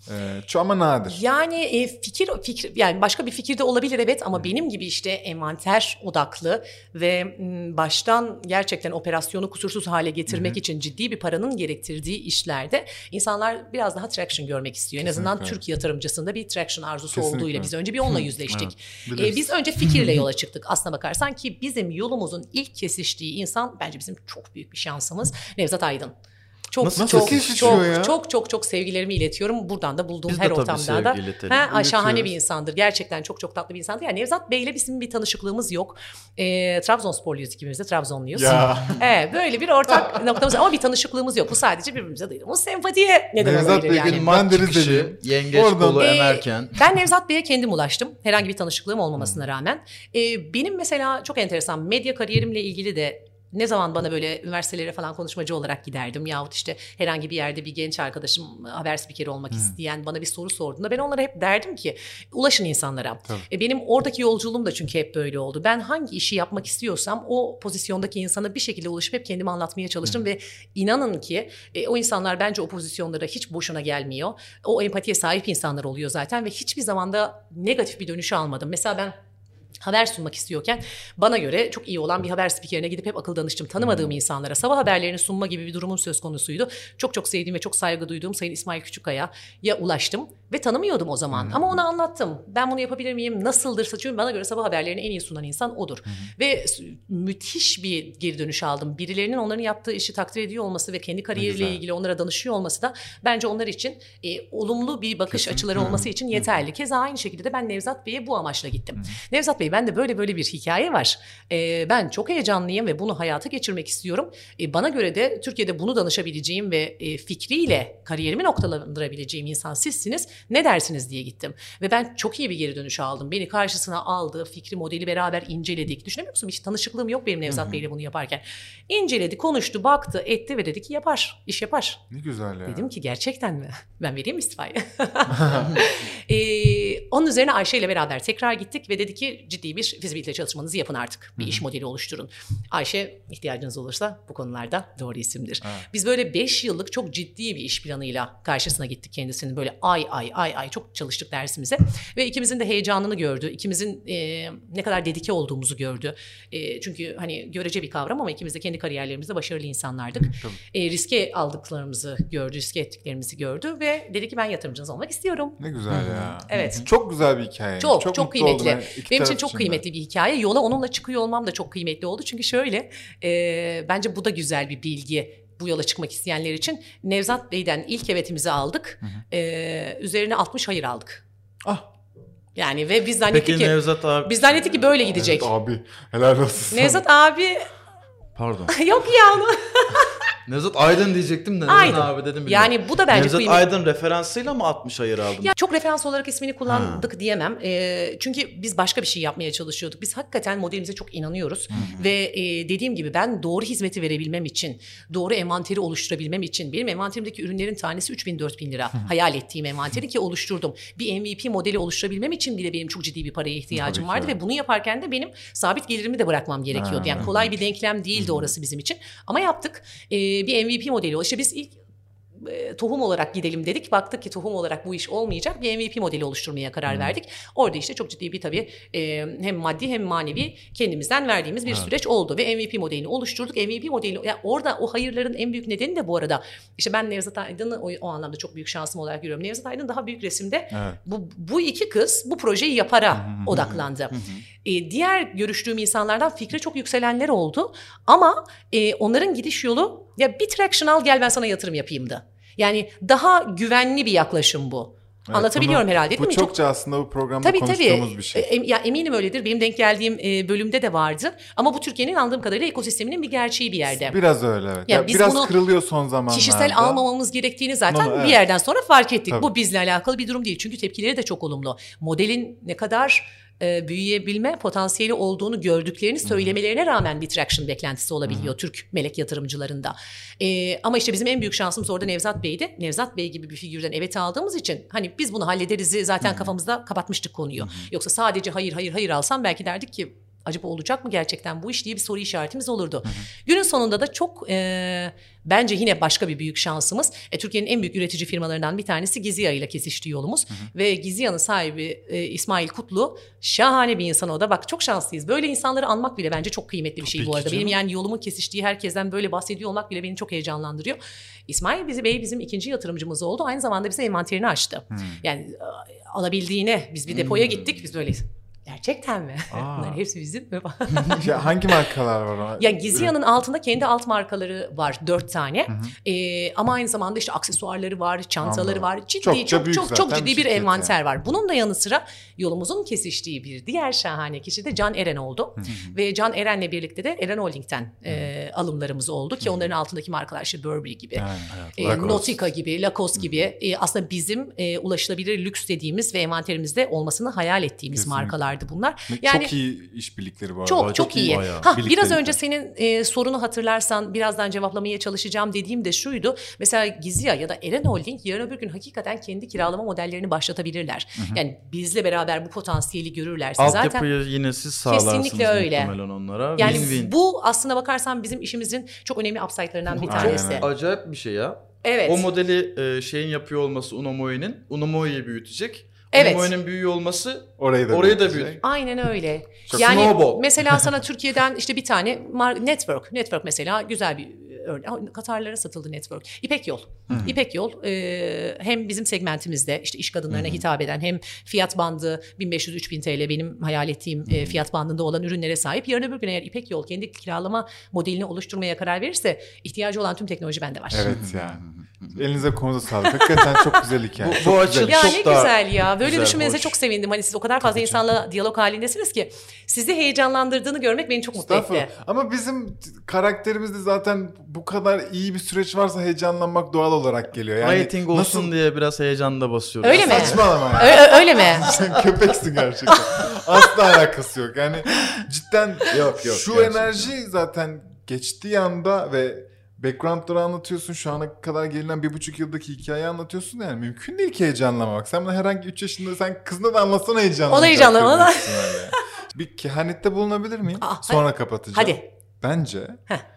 Ama nadir.
Yani fikir yani başka bir fikir de olabilir evet ama benim gibi işte envanter odaklı ve baştan gerçekten operasyonu kusursuz hale getirmek için ciddi bir paranın gerektirdiği işlerde insanlar biraz daha traction görmek istiyor. En azından
Kesinlikle.
Türk yatırımcısında bir traction arzusu
Kesinlikle.
olduğuyla biz önce bir onunla yüzleştik.
Evet, biliriz.
Biz önce fikirle yola çıktık aslına bakarsan ki bizim yolumuzun ilk kesiştiği insan bence bizim çok büyük bir şansımız Nevzat Aydın.
Nasıl kesişiyor ya?
Çok sevgilerimi iletiyorum. Buradan da bulduğum
Biz de
her
tabii
ortamda da.
sevgi iletelim.
Şahane bir
İletiyoruz.
insandır. Gerçekten çok tatlı bir insandır. Yani Nevzat Bey'le bizim bir tanışıklığımız yok. Trabzonsporluyuz ikimiz de. Trabzonluyuz.
Ya.
Böyle bir ortak noktamız ama bir tanışıklığımız yok. Bu sadece birbirimize duyduğumuz sempatiye neden
Nevzat
olabilir
Bey
yani.
benim-
Maç
Ben deniz
çıkışı,
deliyim.
yengeç
Oradan-
kolu emerken.
Ben Nevzat Bey'e kendim ulaştım. Herhangi bir tanışıklığım olmamasına rağmen. Benim mesela çok enteresan medya kariyerimle ilgili de ne zaman bana böyle üniversitelere falan konuşmacı olarak giderdim yahut işte herhangi bir yerde bir genç arkadaşım haber spikeri olmak isteyen bana bir soru sorduğunda ben onlara hep derdim ki ulaşın insanlara. Benim oradaki yolculuğum da çünkü hep böyle oldu. Ben hangi işi yapmak istiyorsam o pozisyondaki insana bir şekilde ulaşıp hep kendimi anlatmaya çalıştım ve inanın ki o insanlar bence o pozisyonlara hiç boşuna gelmiyor. O empatiye sahip insanlar oluyor zaten ve hiçbir zamanda negatif bir dönüşü almadım. Mesela ben haber sunmak istiyorken bana göre çok iyi olan bir haber spikerine gidip hep akıl danıştım. Tanımadığım insanlara sabah haberlerini sunma gibi bir durumum söz konusuydu. Çok sevdiğim ve çok saygı duyduğum Sayın İsmail Küçükkaya'ya ulaştım ve tanımıyordum o zaman. Ama ona anlattım. Ben bunu yapabilir miyim? Nasıldır? Çünkü bana göre sabah haberlerini en iyi sunan insan odur. Ve müthiş bir geri dönüş aldım. Birilerinin onların yaptığı işi takdir ediyor olması ve kendi kariyeriyle ilgili onlara danışıyor olması da bence onlar için olumlu bir bakış
Kesinlikle.
açıları olması için yeterli. Keza aynı şekilde de ben Nevzat Bey'e bu amaçla gittim. Nevzat Bey, bende böyle bir hikaye var. Ben çok heyecanlıyım ve bunu hayata geçirmek istiyorum. Bana göre de Türkiye'de bunu danışabileceğim ve fikriyle kariyerimi noktalandırabileceğim insan sizsiniz. Ne dersiniz diye gittim. Ve ben çok iyi bir geri dönüş aldım. Beni karşısına aldı. Fikri modeli beraber inceledik. Düşünebiliyor musun? Hiç tanışıklığım yok benim Nevzat Bey'le bunu yaparken. İnceledi, konuştu, baktı, etti ve dedi ki yapar. İş yapar.
Ne güzel ya.
Dedim ki gerçekten mi? Ben vereyim mi istifayı? Onun üzerine Ayşe ile beraber tekrar gittik ve dedi ki ciddi bir fizibilite çalışmanızı yapın artık. Bir iş modeli oluşturun. Ayşe ihtiyacınız olursa bu konularda doğru isimdir.
Evet.
Biz böyle 5 yıllık çok ciddi bir iş planıyla karşısına gittik kendisinin. Böyle ay çok çalıştık dersimize. Ve ikimizin de heyecanını gördü. İkimizin ne kadar dedike olduğumuzu gördü. Çünkü hani görece bir kavram ama ikimiz de kendi kariyerlerimizde başarılı insanlardık. Riske aldıklarımızı gördü, riske ettiklerimizi gördü ve dedi ki ben yatırımcınız olmak istiyorum.
Ne güzel ya.
Evet.
Çok güzel bir hikaye.
Çok
mutlu
kıymetli.
oldum ben iki
Benim için
taraf
çok
için de.
kıymetli bir hikaye. Yola onunla çıkıyor olmam da çok kıymetli oldu. Çünkü şöyle bence bu da güzel bir bilgi. bu yola çıkmak isteyenler için Nevzat Bey'den ilk evetimizi aldık. Üzerine 60 hayır aldık. Yani ve biz zannettik
Peki
ki
Nevzat abi.
biz zannettik ki böyle gidecek.
Evet abi helal olsun.
Nevzat abi
Pardon.
yok ya onu.
Nevzat Aydın diyecektim de
Aydın.
Nevzat abi dedim.
Yani bu da bence
Nevzat
kıymetli.
Aydın referansıyla mı 60 hayır aldın?
Ya çok referans olarak ismini kullandık diyemem. Çünkü biz başka bir şey yapmaya çalışıyorduk. Biz hakikaten modelimize çok inanıyoruz. Ve dediğim gibi ben doğru hizmeti verebilmem için, doğru envanteri oluşturabilmem için, benim envanterimdeki ürünlerin tanesi 3.000-4.000 lira. Hayal ettiğim envanteri ki oluşturdum. Bir MVP modeli oluşturabilmem için bile benim çok ciddi bir paraya ihtiyacım vardı. Ve bunu yaparken de benim sabit gelirimi de bırakmam gerekiyordu. Yani kolay bir denklem değildi orası bizim için. Ama yaptık. Bir MVP modeli. İşte biz ilk tohum olarak gidelim dedik. Baktık ki tohum olarak bu iş olmayacak. Bir MVP modeli oluşturmaya karar verdik. Orada işte çok ciddi bir tabii hem maddi hem manevi kendimizden verdiğimiz bir süreç oldu. Ve MVP modelini oluşturduk. MVP modeli yani orada o hayırların en büyük nedeni de bu arada işte ben Nevzat Aydın'ı o anlamda çok büyük şansım olarak görüyorum. Nevzat Aydın daha büyük resimde bu iki kız bu projeyi yapara odaklandı. Diğer görüştüğüm insanlardan fikre çok yükselenler oldu. Ama onların gidiş yolu ya bir traction al gel ben sana yatırım yapayımdı. Yani daha güvenli bir yaklaşım bu. Evet, anlatabiliyorum herhalde değil mi?
Bu çokça aslında bu programda konuştuğumuz bir şey.
Ya eminim öyledir. Benim denk geldiğim bölümde de vardı. Ama bu Türkiye'nin anladığım kadarıyla ekosisteminin bir gerçeği bir yerde.
Biraz öyle evet.
Yani
biraz kırılıyor son zamanlarda.
Kişisel almamamız gerektiğini zaten bir yerden sonra fark ettik.
Tabii.
Bu bizle alakalı bir durum değil. Çünkü tepkileri de çok olumlu. Modelin ne kadar büyüyebilme potansiyeli olduğunu gördüklerini söylemelerine rağmen bir traction beklentisi olabiliyor Türk melek yatırımcılarında. Ama işte bizim en büyük şansımız orada Nevzat Bey'di. Nevzat Bey gibi bir figürden evet aldığımız için hani biz bunu hallederiz zaten kafamızda kapatmıştık konuyu. Yoksa sadece hayır alsam belki derdik ki acaba olacak mı gerçekten bu iş diye bir soru işaretimiz olurdu. Günün sonunda da çok bence yine başka bir büyük şansımız. Türkiye'nin en büyük üretici firmalarından bir tanesi Giziya ile kesişti yolumuz. Ve Giziya'nın sahibi İsmail Kutlu şahane bir insan o da. Bak çok şanslıyız. Böyle insanları anmak bile bence çok kıymetli bir şey bu arada. Benim yani yolumun kesiştiği herkesten böyle bahsediyor olmak bile beni çok heyecanlandırıyor. İsmail Bey bizim ikinci yatırımcımız oldu. Aynı zamanda bize envanterini açtı. Yani alabildiğine biz bir depoya gittik. Biz böyle gerçekten mi? Bunların hepsi bizim mi?
Ya hangi markalar var ona?
Ya Giziya'nın altında kendi alt markaları var 4 tane. Ama aynı zamanda işte aksesuarları var, çantaları var. Ciddi çok ciddi bir envanter var. Bunun da yanı sıra yolumuzun kesiştiği bir diğer şahane kişi de Can Eren oldu. Ve Can Eren'le birlikte de Eren Holding'den alımlarımız oldu ki onların altındaki markalar işte Burberry gibi, Nautica gibi, Lacoste gibi aslında bizim ulaşılabilir lüks dediğimiz ve envanterimizde olmasını hayal ettiğimiz markalar bunlar.
Yani çok iyi işbirlikleri var.
Çok iyi. Biraz önce senin sorunu hatırlarsan birazdan cevaplamaya çalışacağım dediğim de şuydu. Mesela Giziya ya da Eren Holding yarın öbür gün hakikaten kendi kiralama modellerini başlatabilirler. Yani bizle beraber bu potansiyeli görürlerse zaten.
Altyapıyı yine siz sağlarsınız
kesinlikle öyle.
muhtemelen onlara.
Yani
Win-win.
bu aslına bakarsan bizim işimizin çok önemli upside'larından bir tanesi.
Çok acayip bir şey ya.
Evet.
O modeli şeyin yapıyor olması Unomoi'yi büyütecek.
Evet.
Unomoi'nin büyüyor olması
orayı da
büyütecek.
Aynen öyle.
Çok
yani
snowball.
mesela sana Türkiye'den işte bir tane Network mesela güzel bir örnek. Katarlara satıldı Network. İpek Yol. İpek Yol hem bizim segmentimizde işte iş kadınlarına hitap eden hem fiyat bandı 1500-3000 TL benim hayal ettiğim fiyat bandında olan ürünlere sahip. Yarın öbür gün eğer İpek Yol kendi kiralama modelini oluşturmaya karar verirse ihtiyacı olan tüm teknoloji bende var.
Evet ya. Elinize konuza sağlık. Hakikaten çok güzel hikaye.
Bu açı
ya
çok
ne
daha
güzel ya. Böyle
güzel,
düşünmenize
hoş.
çok sevindim. Hani siz o kadar fazla insanla diyalog halindesiniz ki sizi heyecanlandırdığını görmek beni çok mutlu etti.
Ama bizim karakterimizde zaten bu kadar iyi bir süreç varsa heyecanlanmak doğal olarak geliyor. Yani
rating olsun diye biraz heyecanla basıyoruz.
Öyle mi?
Saçmalama ya.
Öyle mi?
Sen köpeksin gerçekten. Asla alakası yok. Yani cidden
Yok,
şu
gerçekten.
enerji zaten geçtiği anda ve background'ları anlatıyorsun. Şu ana kadar gelinen 1,5 yıldaki hikayeyi anlatıyorsun. Yani mümkün değil ki heyecanlamamak. Sen bunu herhangi 3 yaşında sen kızına da anlatsana heyecanlanacak.
O da heyecanlı.
Bir kehanette bulunabilir miyim? Sonra kapatacağım.
Hadi.
Bence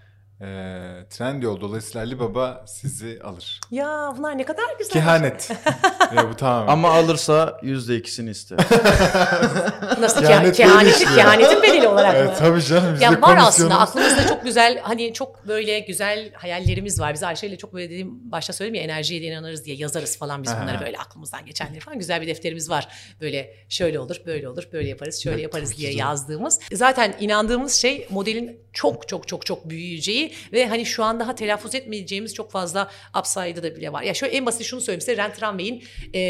Trendyol dolayısıyla Ali Baba sizi alır.
Ya bunlar ne kadar güzel.
Kehanet. Ya bu tamamen.
Ama alırsa %2'sini ister.
Nasıl
Kehanet
kehanetin bedeli olarak mı?
Evet tabii canım. Biz de
Ya var
komisyonumuz.
aslında aklımızda çok güzel hani çok böyle güzel hayallerimiz var. Biz Ayşe ile çok böyle dediğim başta söyledim ya enerjiye de inanırız diye yazarız falan biz bunları böyle aklımızdan geçenleri falan güzel bir defterimiz var. Böyle şöyle olur böyle olur böyle yaparız şöyle yaparız diye yazdığımız. Zaten inandığımız şey modelin çok büyüyeceği şeyi ve hani şu an daha telaffuz etmeyeceğimiz çok fazla upside'ı da bile var. Ya şöyle en basit şunu söyleyeyim size. Rent Runway'in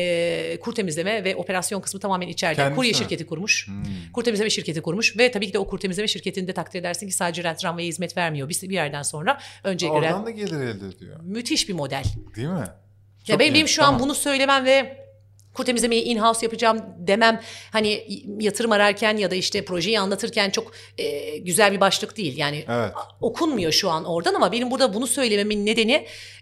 kur temizleme ve operasyon kısmı tamamen içeride.
Kendisi
Kurye
mi?
şirketi kurmuş. Kur temizleme şirketi kurmuş ve tabii ki de o kur temizleme şirketinde takdir edersin ki sadece Rent Runway'e hizmet vermiyor. Bir yerden sonra öncelikle
Oradan da gelir elde ediyor.
müthiş bir model.
Değil mi?
Ya
Çok
benim
iyi.
şu an
Tamam.
bunu söylemem ve kur temizlemeyi in-house yapacağım demem hani yatırım ararken ya da işte projeyi anlatırken çok güzel bir başlık değil. Yani
Evet.
okunmuyor şu an oradan ama benim burada bunu söylememin nedeni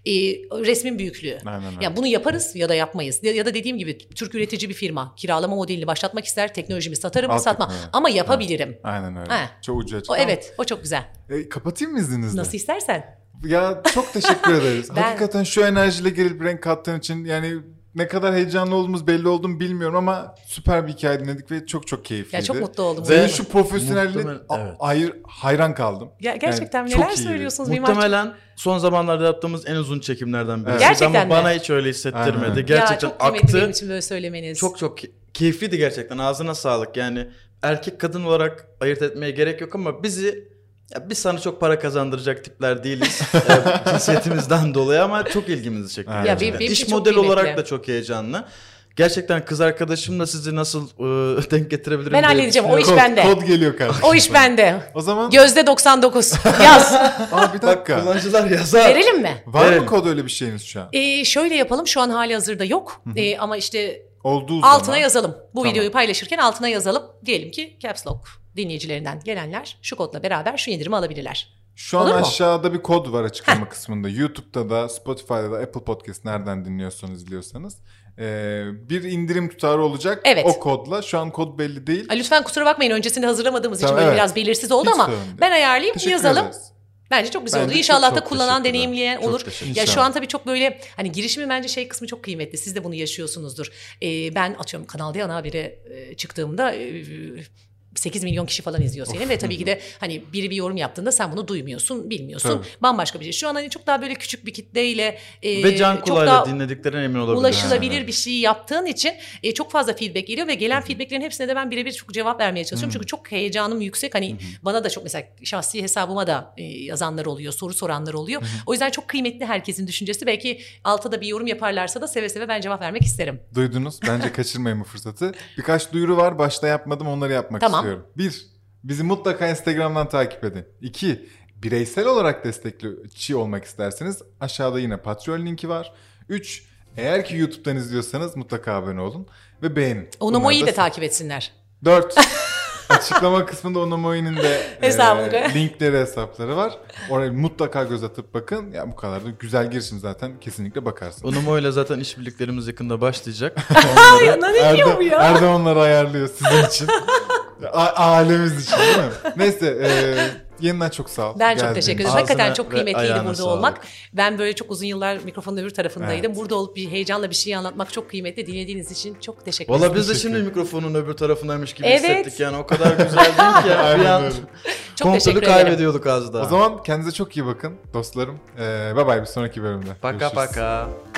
resmin büyüklüğü.
Aynen öyle.
Yani bunu yaparız ya da yapmayız. Ya da dediğim gibi Türk üretici bir firma kiralama modelini başlatmak ister. Teknolojimi satarım,
Altyapı,
satmam
evet.
ama yapabilirim.
Aynen öyle.
He.
Çok ucu açık.
O
Tamam.
evet, o çok güzel.
Kapatayım mı izninizle?
Nasıl istersen.
Ya çok teşekkür ederiz.
Ben-
Hakikaten şu enerjiyle gelip renk kattığın için yani ne kadar heyecanlı olduğumuz belli oldu mu bilmiyorum ama süper bir hikaye dinledik ve çok çok keyifliydi.
Ya çok mutlu oldum.
Senin şu profesyonelliğine
Muhtemelen, evet.
hayran kaldım.
Gerçekten
Yani çok
neler
iyiydi.
söylüyorsunuz? Benim artık-
Muhtemelen son zamanlarda yaptığımız en uzun çekimlerden birisi.
Gerçekten
ama
mi?
bana hiç öyle hissettirmedi.
Aynen.
Gerçekten
ya çok kıymetli benim
aktı.
için böyle söylemeniz.
Çok keyifliydi gerçekten. Ağzına sağlık. Yani erkek kadın olarak ayırt etmeye gerek yok ama biz sana çok para kazandıracak tipler değiliz. Cinsiyetimizden dolayı ama çok ilgimizi çekti.
Ya
gerçekten.
benim için
İş
çok
modeli
kıymetli.
olarak da çok heyecanlı. Gerçekten kız arkadaşımla sizi nasıl denk getirebilirim
Ben
diye
halledeceğim, o iş
düşünüyorum.
bende.
Kod geliyor kardeşim.
O iş bende.
O zaman
Gözde 99. Yaz.
bir
Bak
dakika.
kullanıcılar yazar.
Verelim mi?
Var mı
Verelim.
kod öyle bir şeyiniz şu an?
Şöyle yapalım. Şu an hali hazırda yok. Ama işte
Olduğu
altına
zaman.
yazalım. Bu
Tamam.
videoyu paylaşırken altına yazalım. Diyelim ki Caps Lock dinleyicilerinden gelenler şu kodla beraber şu indirimi alabilirler.
Şu an
Olur mu?
aşağıda bir kod var açıklama kısmında. YouTube'da da, Spotify'da da, Apple Podcast nereden dinliyorsanız izliyorsanız. Bir indirim tutarı olacak
Evet.
o kodla. Şu an kod belli değil.
Lütfen kusura bakmayın öncesinde hazırlamadığımız için
Tamam,
böyle
evet.
biraz belirsiz oldu
Hiç
ama
sorun değil.
ben ayarlayayım
Teşekkür
yazalım.
ederiz.
Bence çok güzel
Bence
olur.
çok
İnşallah da
çok
kullanan,
teşekkürler.
deneyimleyen
Çok
olur.
teşekkür
Ya şu
İnşallah.
an tabii çok böyle hani girişimin bence kısmı çok kıymetli. Siz de bunu yaşıyorsunuzdur. Ben atıyorum Kanal D ana habere çıktığımda 8 milyon kişi falan izliyor seni ve tabii ki de hani biri bir yorum yaptığında sen bunu duymuyorsun, bilmiyorsun.
Tabii.
Bambaşka bir şey. Şu an hani çok daha böyle küçük bir kitleyle
Ve can
çok
kulağıyla
daha
dinlediklerine emin olabilir.
ulaşılabilir bir şey yaptığın için çok fazla feedback geliyor ve gelen feedbacklerin hepsine de ben birebir çok cevap vermeye çalışıyorum. Çünkü çok heyecanım yüksek. Hani bana da çok mesela şahsi hesabıma da yazanlar oluyor, soru soranlar oluyor. O yüzden çok kıymetli herkesin düşüncesi. Belki altta da bir yorum yaparlarsa da seve seve ben cevap vermek isterim.
Duydunuz. Bence kaçırmayın bu fırsatı. Birkaç duyuru var. Başta yapmadım. Onları yapmak
Tamam.
istiyorum. 1. Bizi mutlaka Instagram'dan takip edin. 2. Bireysel olarak destekçi olmak isterseniz aşağıda yine Patreon linki var. 3. Eğer ki YouTube'dan izliyorsanız mutlaka abone olun ve beğenin.
Onomo'yu
Bunlar
da
da-
takip etsinler.
4. Açıklama kısmında Onomoy'un de
Hesabı.
linkleri, hesapları var. Oraya mutlaka göz atıp bakın. Ya bu kadar da güzel girişim zaten. Kesinlikle bakarsınız.
Unumo ile zaten işbirliklerimiz yakında başlayacak.
Ya ne diyor bu ya?
Erdem onları ayarlıyor sizin için. Ailemiz için değil mi? Neyse yeniden çok sağ ol.
Ben çok
Geldin.
teşekkür ederim.
Ağzına
Hakikaten çok
ve
kıymetliydi
ayağına
burada
sağlık.
olmak. Ben böyle çok uzun yıllar mikrofonun öbür tarafındaydım.
Evet.
Burada olup bir heyecanla bir şey anlatmak çok kıymetli. Dinlediğiniz için çok teşekkür ederim.
Valla biz de
Teşekkür
şimdi mikrofonun öbür tarafındaymış gibi
Evet.
hissettik yani o kadar güzel değil ki ya.
Aynen
Bir an
öyle.
Çok teşekkür
kontrolü
ederim.
kaybediyorduk az daha.
O zaman kendinize çok iyi bakın dostlarım. Bye bye bir sonraki bölümde.
Paka
Görüşürüz.
paka.